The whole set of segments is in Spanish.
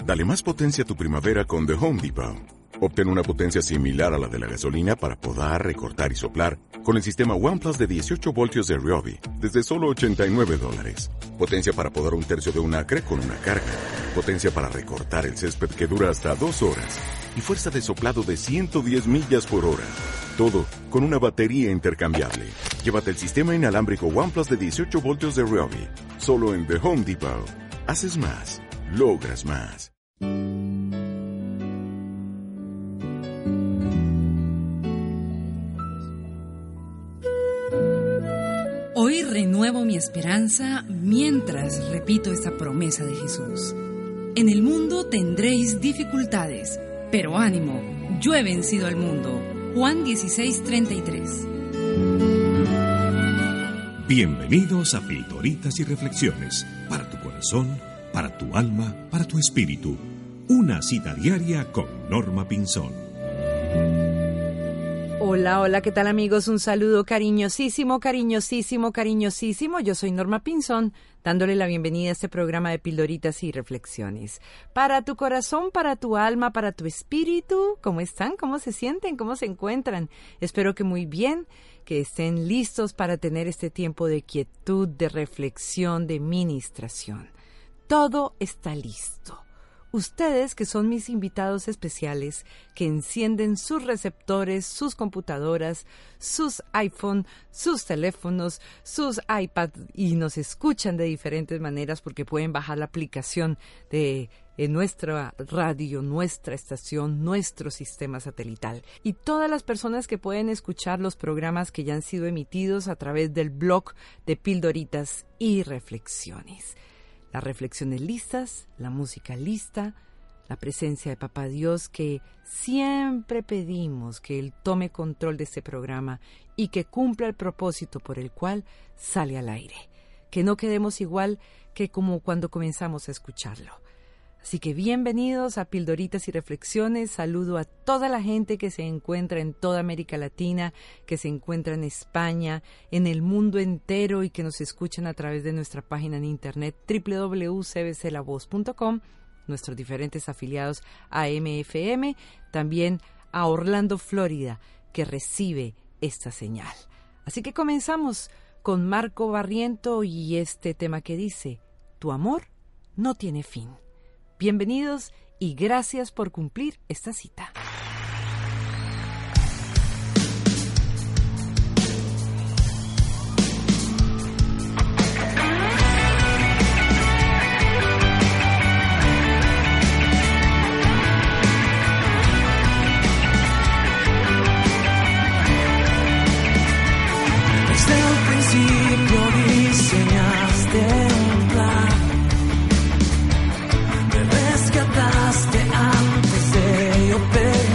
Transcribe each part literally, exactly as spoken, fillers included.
Dale más potencia a tu primavera con The Home Depot. Obtén una potencia similar a la de la gasolina para podar, recortar y soplar con el sistema OnePlus de dieciocho voltios de Ryobi desde solo ochenta y nueve dólares. Potencia para podar un tercio de un acre con una carga. Potencia para recortar el césped que dura hasta dos horas. Y fuerza de soplado de ciento diez millas por hora. Todo con una batería intercambiable. Llévate el sistema inalámbrico OnePlus de dieciocho voltios de Ryobi. Solo en The Home Depot. Haces más. Logras más. Hoy renuevo mi esperanza mientras repito esta promesa de Jesús. En el mundo tendréis dificultades, pero ánimo, yo he vencido al mundo. Juan dieciséis, treinta y tres. Bienvenidos a Pildoritas y Reflexiones, para tu corazón, para tu alma, para tu espíritu. Una cita diaria con Norma Pinzón. Hola, hola, ¿qué tal amigos? Un saludo cariñosísimo, cariñosísimo, cariñosísimo. Yo soy Norma Pinzón, dándole la bienvenida a este programa de Pildoritas y Reflexiones. Para tu corazón, para tu alma, para tu espíritu, ¿cómo están? ¿Cómo se sienten? ¿Cómo se encuentran? Espero que muy bien, que estén listos para tener este tiempo de quietud, de reflexión, de ministración. Todo está listo. Ustedes, que son mis invitados especiales, que encienden sus receptores, sus computadoras, sus iPhone, sus teléfonos, sus iPad y nos escuchan de diferentes maneras porque pueden bajar la aplicación de en nuestra radio, nuestra estación, nuestro sistema satelital. Y todas las personas que pueden escuchar los programas que ya han sido emitidos a través del blog de Pildoritas y Reflexiones. Las reflexiones listas, la música lista, la presencia de Papá Dios que siempre pedimos que Él tome control de este programa y que cumpla el propósito por el cual sale al aire. Que no quedemos igual que como cuando comenzamos a escucharlo. Así que bienvenidos a Pildoritas y Reflexiones. Saludo a toda la gente que se encuentra en toda América Latina, que se encuentra en España, en el mundo entero y que nos escuchan a través de nuestra página en internet doble u doble u doble u punto c b c la voz punto com, nuestros diferentes afiliados a M F M, también a Orlando, Florida, que recibe esta señal. Así que comenzamos con Marco Barriento y este tema que dice: tu amor no tiene fin. Bienvenidos y gracias por cumplir esta cita. Desde el principio diseñaste un plan. Rescataste antes de yo pedir.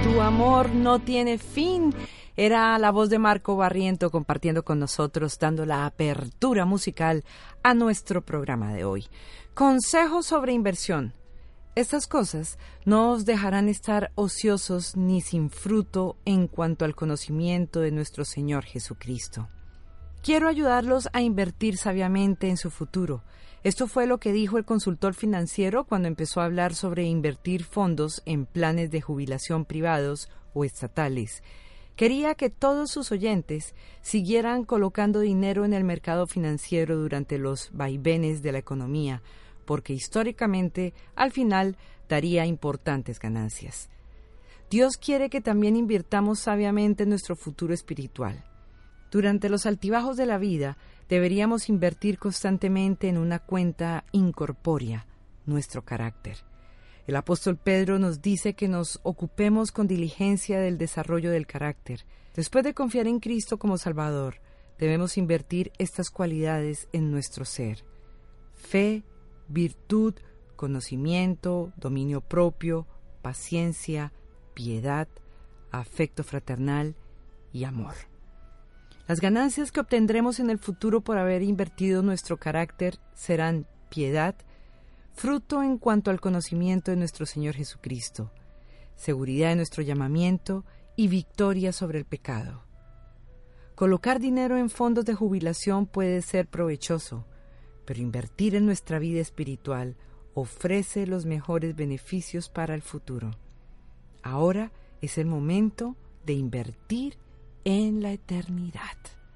tu amor no tiene fin. Era la voz de Marco Barriento compartiendo con nosotros, dando la apertura musical a nuestro programa de hoy. Consejos sobre inversión. Estas cosas no os dejarán estar ociosos ni sin fruto en cuanto al conocimiento de nuestro Señor Jesucristo. Quiero ayudarlos a invertir sabiamente en su futuro. Esto fue lo que dijo el consultor financiero cuando empezó a hablar sobre invertir fondos en planes de jubilación privados o estatales. Quería que todos sus oyentes siguieran colocando dinero en el mercado financiero durante los vaivenes de la economía, porque históricamente, al final, daría importantes ganancias. Dios quiere que también invirtamos sabiamente en nuestro futuro espiritual. Durante los altibajos de la vida, deberíamos invertir constantemente en una cuenta incorpórea, nuestro carácter. El apóstol Pedro nos dice que nos ocupemos con diligencia del desarrollo del carácter. Después de confiar en Cristo como Salvador, debemos invertir estas cualidades en nuestro ser: fe, virtud, conocimiento, dominio propio, paciencia, piedad, afecto fraternal y amor. Las ganancias que obtendremos en el futuro por haber invertido nuestro carácter serán piedad, fruto en cuanto al conocimiento de nuestro Señor Jesucristo, seguridad de nuestro llamamiento y victoria sobre el pecado. Colocar dinero en fondos de jubilación puede ser provechoso, pero invertir en nuestra vida espiritual ofrece los mejores beneficios para el futuro. Ahora es el momento de invertir en la eternidad.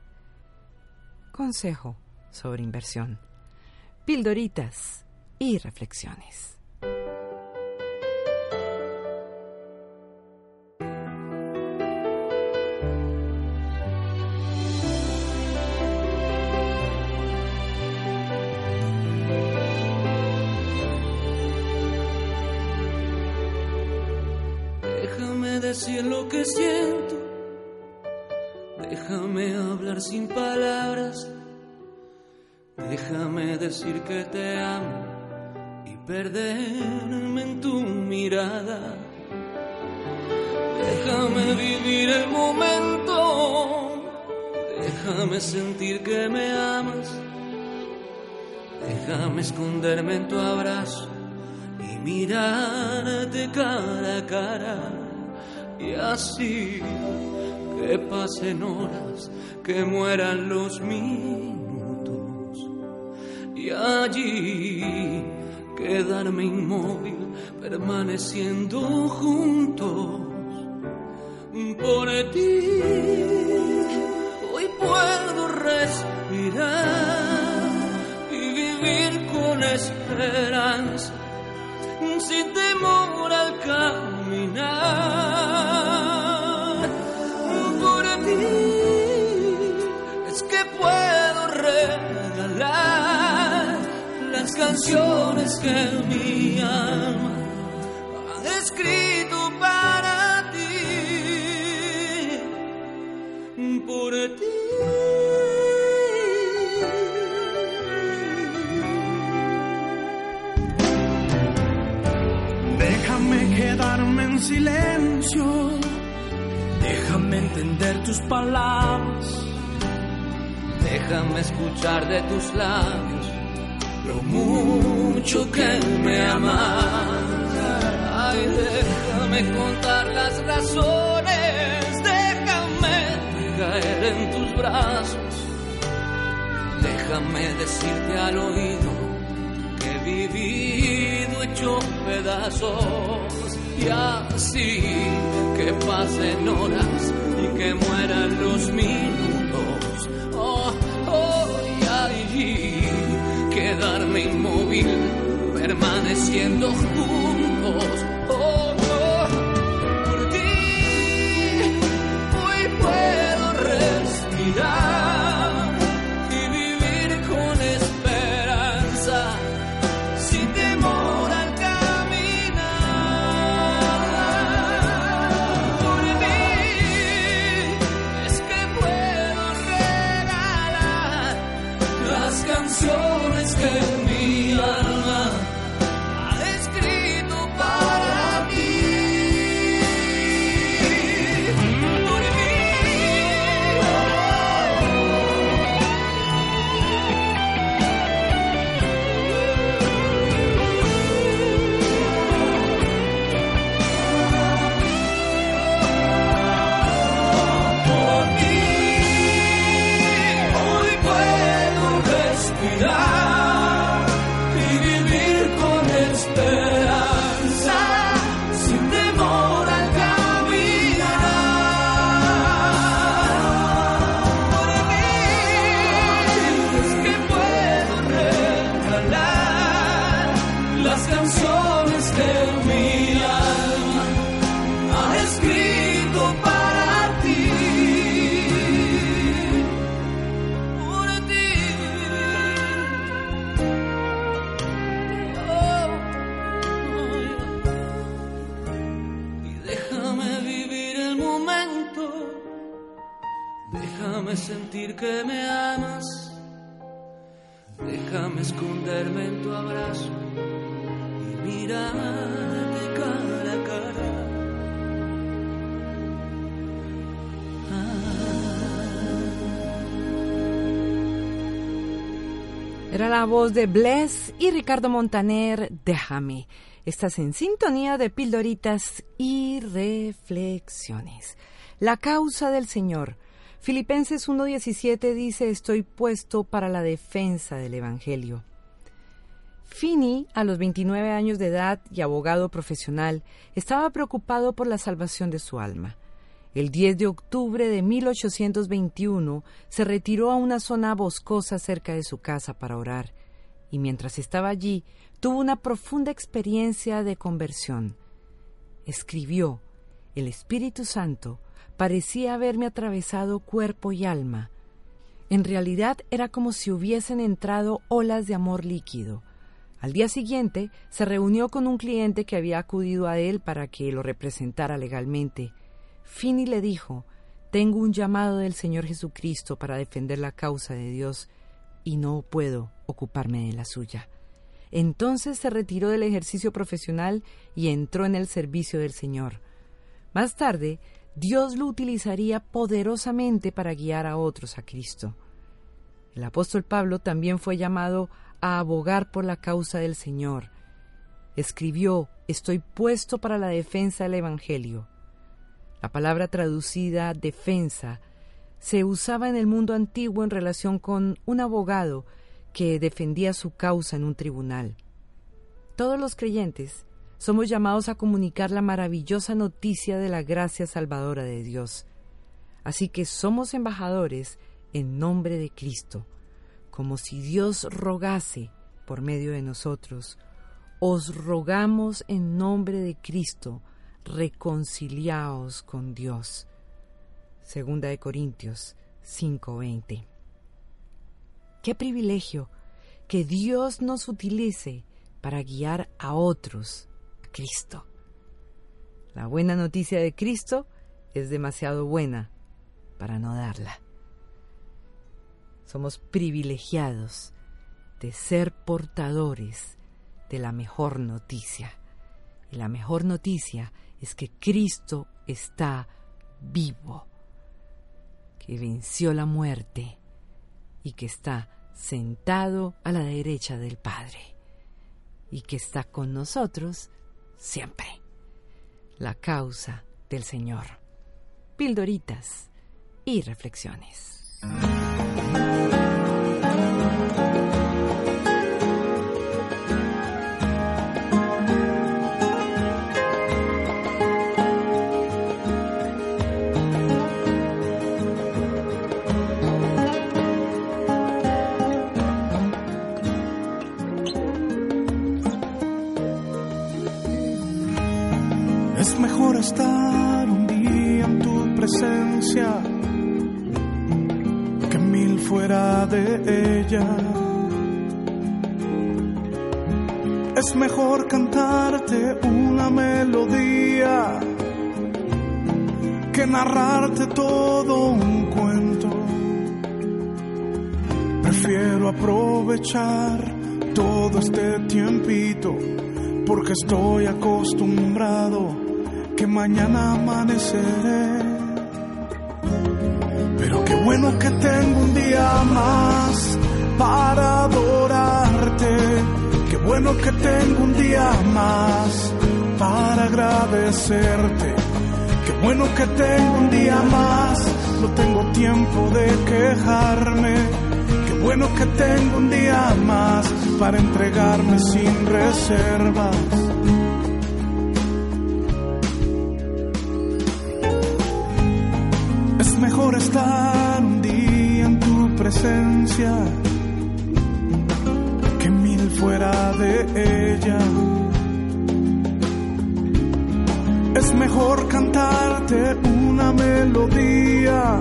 Consejo sobre inversión. Pildoritas y reflexiones. Déjame decir lo que siento, déjame hablar sin palabras, déjame decir que te amo y perderme en tu mirada. Déjame vivir el momento, déjame sentir que me amas, déjame esconderme en tu abrazo y mirarte cara a cara, y así que pasen horas, que mueran los minutos, y allí quedarme inmóvil, permaneciendo juntos. Por ti hoy puedo respirar y vivir con esperanza, sin temor al caminar. Por ti es que puedo regalar las canciones que mi alma ha escrito para ti. Por ti déjame quedarme en silencio, déjame entender tus palabras, déjame escuchar de tus labios lo mucho que me amas. Ay, déjame contar las razones, déjame caer en tus brazos, déjame decirte al oído que he vivido hecho pedazos, y así que pasen horas y que mueran los minutos. Oh, oh, y allí quedarme inmóvil, permaneciendo juntos. Oh, oh, por ti hoy puedo respirar y vivir con esperanza, sin temor al caminar. Por ti es que puedo regalar las canciones que mi alma ha escrito para Déjame sentir que me amas, déjame esconderme en tu abrazo y mirarte cara a cara. Era la voz de Bless y Ricardo Montaner, Déjame. Estás en sintonía de Pildoritas y Reflexiones. La causa del Señor. Filipenses uno diecisiete dice, estoy puesto para la defensa del Evangelio. Finney, a los veintinueve años de edad y abogado profesional, estaba preocupado por la salvación de su alma. El diez de octubre de mil ochocientos veintiuno se retiró a una zona boscosa cerca de su casa para orar, y mientras estaba allí, tuvo una profunda experiencia de conversión. Escribió, el Espíritu Santo parecía haberme atravesado cuerpo y alma. En realidad era como si hubiesen entrado olas de amor líquido. Al día siguiente se reunió con un cliente que había acudido a él para que lo representara legalmente. Finney le dijo, tengo un llamado del Señor Jesucristo para defender la causa de Dios y no puedo ocuparme de la suya. Entonces se retiró del ejercicio profesional y entró en el servicio del Señor. Más tarde, Dios lo utilizaría poderosamente para guiar a otros a Cristo. El apóstol Pablo también fue llamado a abogar por la causa del Señor. Escribió, estoy puesto para la defensa del Evangelio. La palabra traducida defensa se usaba en el mundo antiguo en relación con un abogado que defendía su causa en un tribunal. Todos los creyentes somos llamados a comunicar la maravillosa noticia de la gracia salvadora de Dios. Así que somos embajadores en nombre de Cristo, como si Dios rogase por medio de nosotros. Os rogamos en nombre de Cristo, reconciliaos con Dios. Segunda de Corintios cinco veinte. ¡Qué privilegio que Dios nos utilice para guiar a otros a Cristo! La buena noticia de Cristo es demasiado buena para no darla. Somos privilegiados de ser portadores de la mejor noticia. Y la mejor noticia es que Cristo está vivo, que venció la muerte y que está sentado a la derecha del Padre y que está con nosotros siempre. La causa del Señor. Pildoritas y reflexiones. Es mejor estar un día en tu presencia que mil fuera de ella. Es mejor cantarte una melodía que narrarte todo un cuento. Prefiero aprovechar todo este tiempito porque estoy acostumbrado que mañana amaneceré. Pero qué bueno que tengo un día más para adorarte. Qué bueno que tengo un día más para agradecerte. Qué bueno que tengo un día más, no tengo tiempo de quejarme. Qué bueno que tengo un día más para entregarme sin reservas. Es mejor estar un día en tu presencia que mil fuera de ella. Es mejor cantarte una melodía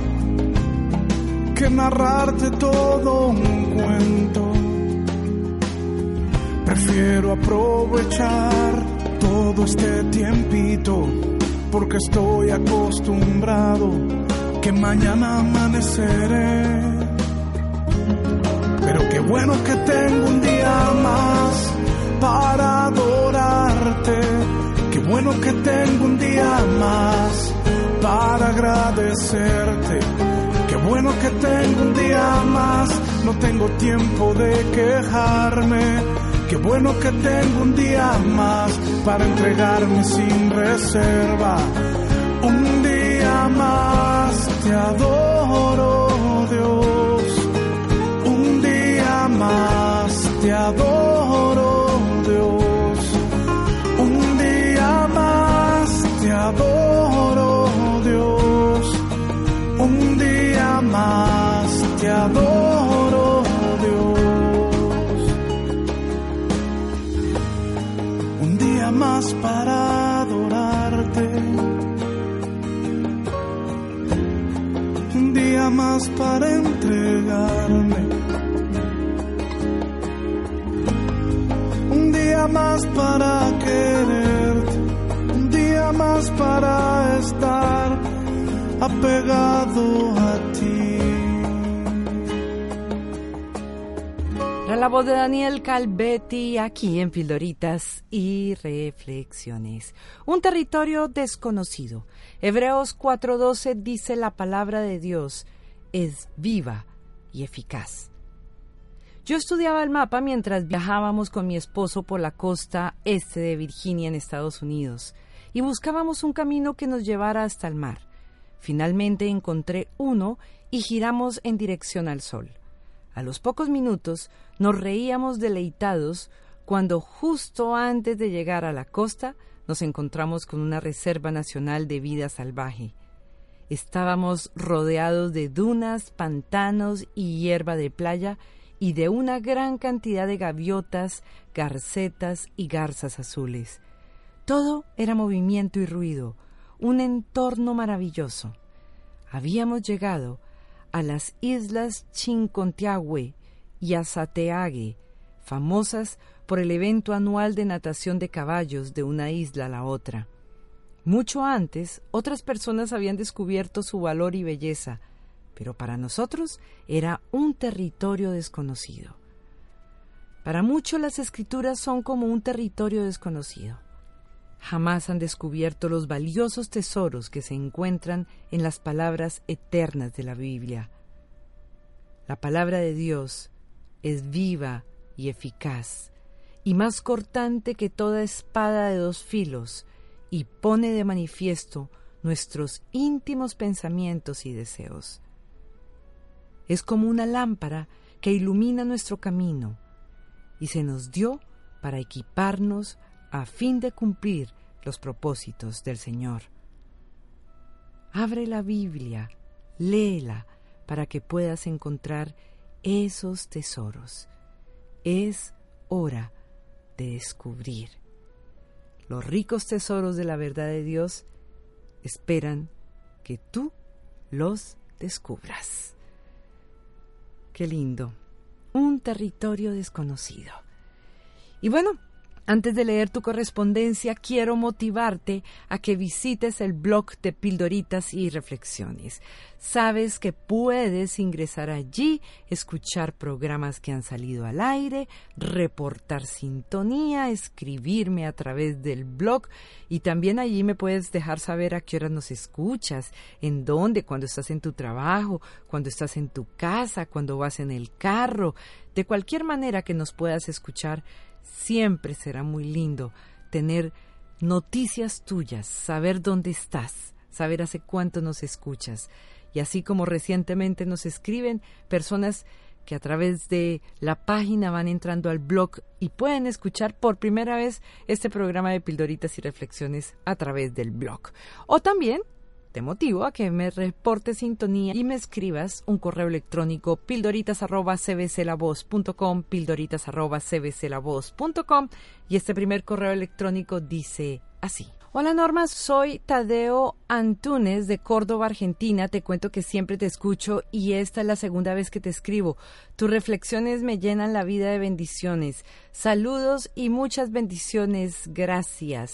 que narrarte todo un cuento. Prefiero aprovechar todo este tiempito porque estoy acostumbrado que mañana amaneceré. Pero qué bueno que tengo un día más para adorarte. Qué bueno que tengo un día más para agradecerte. Qué bueno que tengo un día más, no tengo tiempo de quejarme. Qué bueno que tengo un día más para entregarme sin reserva. Un día más te adoro, Dios. Un día más te adoro, Dios. Un día más te adoro, Dios. Un día más te adoro, Dios. Un día más para adorarte. Un día más para entregarme. Un día más para quererte. Un día más para estar apegado a ti. Era la voz de Daniel Calvetti aquí en Pildoritas y Reflexiones. Un territorio desconocido. Hebreos cuatro doce dice: la palabra de Dios es viva y eficaz. Yo estudiaba el mapa mientras viajábamos con mi esposo por la costa este de Virginia en Estados Unidos y buscábamos un camino que nos llevara hasta el mar. Finalmente encontré uno y giramos en dirección al sol. A los pocos minutos nos reíamos deleitados cuando justo antes de llegar a la costa nos encontramos con una reserva nacional de vida salvaje. Estábamos rodeados de dunas, pantanos y hierba de playa y de una gran cantidad de gaviotas, garcetas y garzas azules. Todo era movimiento y ruido, un entorno maravilloso. Habíamos llegado a las islas Chincoteague y Azateague, famosas por el evento anual de natación de caballos de una isla a la otra. Mucho antes, otras personas habían descubierto su valor y belleza, pero para nosotros era un territorio desconocido. Para muchos las escrituras son como un territorio desconocido. Jamás han descubierto los valiosos tesoros que se encuentran en las palabras eternas de la Biblia. La palabra de Dios es viva y eficaz, y más cortante que toda espada de dos filos, y pone de manifiesto nuestros íntimos pensamientos y deseos. Es como una lámpara que ilumina nuestro camino, y se nos dio para equiparnos a fin de cumplir los propósitos del Señor. Abre la Biblia, léela para que puedas encontrar esos tesoros. Es hora de descubrir. Los ricos tesoros de la verdad de Dios esperan que tú los descubras. Qué lindo, un territorio desconocido. Y bueno, antes de leer tu correspondencia, quiero motivarte a que visites el blog de Pildoritas y Reflexiones. Sabes que puedes ingresar allí, escuchar programas que han salido al aire, reportar sintonía, escribirme a través del blog y también allí me puedes dejar saber a qué hora nos escuchas, en dónde, cuando estás en tu trabajo, cuando estás en tu casa, cuando vas en el carro. De cualquier manera que nos puedas escuchar, siempre será muy lindo tener noticias tuyas, saber dónde estás, saber hace cuánto nos escuchas. Y así como recientemente nos escriben personas que a través de la página van entrando al blog y pueden escuchar por primera vez este programa de Pildoritas y Reflexiones a través del blog. O también te motivo a que me reportes sintonía y me escribas un correo electrónico pildoritas arroba c b c la voz punto com, pildoritas arroba c b c la voz punto com, y este primer correo electrónico dice así. Hola Norma, soy Tadeo Antunes de Córdoba, Argentina. Te cuento que siempre te escucho y esta es la segunda vez que te escribo. Tus reflexiones me llenan la vida de bendiciones. Saludos y muchas bendiciones. Gracias.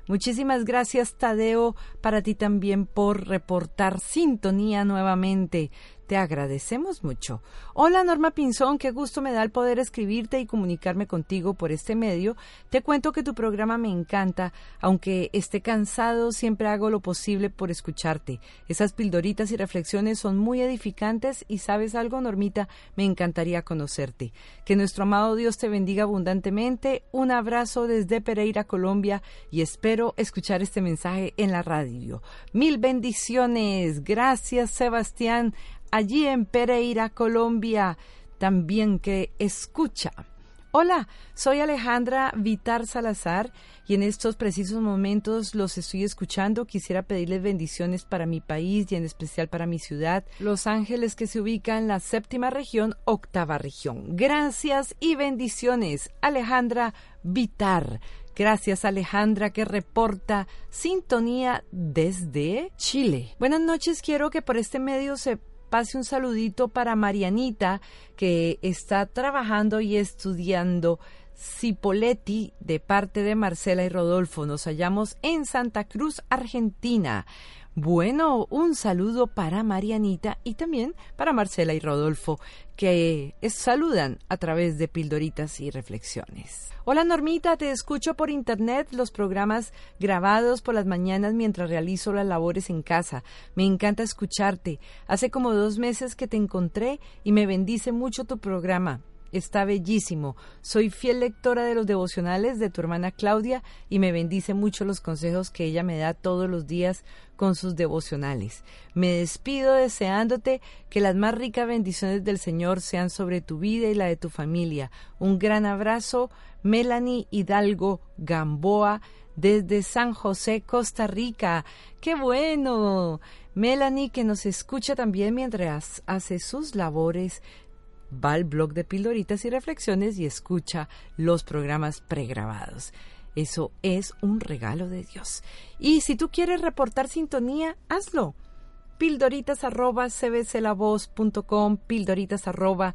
Muchísimas gracias, Tadeo, para ti también por reportar sintonía nuevamente. Te agradecemos mucho. Hola, Norma Pinzón, qué gusto me da el poder escribirte y comunicarme contigo por este medio. Te cuento que tu programa me encanta, aunque esté cansado, siempre hago lo posible por escucharte. Esas pildoritas y reflexiones son muy edificantes y ¿sabes algo, Normita? Me encantaría conocerte. Que nuestro amado Dios te bendiga abundantemente. Un abrazo desde Pereira, Colombia, y espero escuchar este mensaje en la radio. Mil bendiciones. Gracias, Sebastián. Allí en Pereira, Colombia, también que escucha. Hola, soy Alejandra Vitar Salazar y en estos precisos momentos los estoy escuchando. Quisiera pedirles bendiciones para mi país y en especial para mi ciudad, Los Ángeles, que se ubica en la séptima región, octava región. Gracias y bendiciones, Alejandra Vitar. Gracias, Alejandra, que reporta sintonía desde Chile. Buenas noches, quiero que por este medio se pase un saludito para Marianita, que está trabajando y estudiando Cipoletti de parte de Marcela y Rodolfo. Nos hallamos en Santa Cruz, Argentina. Bueno, un saludo para Marianita y también para Marcela y Rodolfo, que es, saludan a través de Pildoritas y Reflexiones. Hola, Normita, te escucho por internet, los programas grabados por las mañanas mientras realizo las labores en casa. Me encanta escucharte. Hace como dos meses que te encontré y me bendice mucho tu programa. Está bellísimo. Soy fiel lectora de los devocionales de tu hermana Claudia y me bendice mucho los consejos que ella me da todos los días con sus devocionales. Me despido deseándote que las más ricas bendiciones del Señor sean sobre tu vida y la de tu familia. Un gran abrazo, Melanie Hidalgo Gamboa, desde San José, Costa Rica. ¡Qué bueno! Melanie, que nos escucha también mientras hace sus labores, va al blog de Pildoritas y Reflexiones y escucha los programas pregrabados. Eso es un regalo de Dios. Y si tú quieres reportar sintonía, hazlo. Pildoritas arroba cbclavoz.com, pildoritas arroba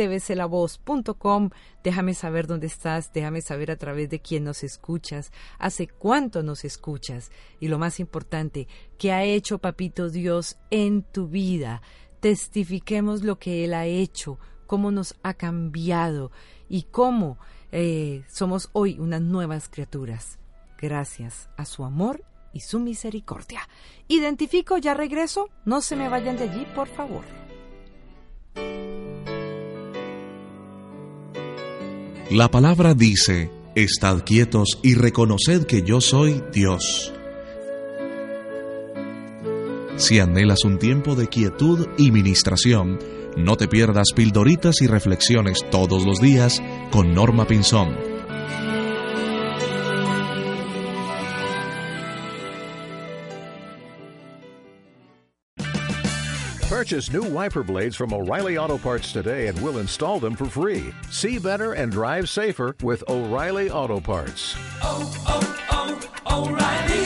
cbclavoz.com. Déjame saber dónde estás, déjame saber a través de quién nos escuchas, hace cuánto nos escuchas y lo más importante, ¿qué ha hecho Papito Dios en tu vida? Testifiquemos lo que Él ha hecho, cómo nos ha cambiado y cómo eh, somos hoy unas nuevas criaturas, gracias a su amor y su misericordia. Identifico, ya regreso, no se me vayan de allí, por favor. La palabra dice: estad quietos y reconoced que yo soy Dios. Si anhelas un tiempo de quietud y ministración, no te pierdas Pildoritas y Reflexiones todos los días con Norma Pinzón. Purchase new wiper blades from O'Reilly Auto Parts today and we'll install them for free. See better and drive safer with O'Reilly Auto Parts. Oh, oh, oh, O'Reilly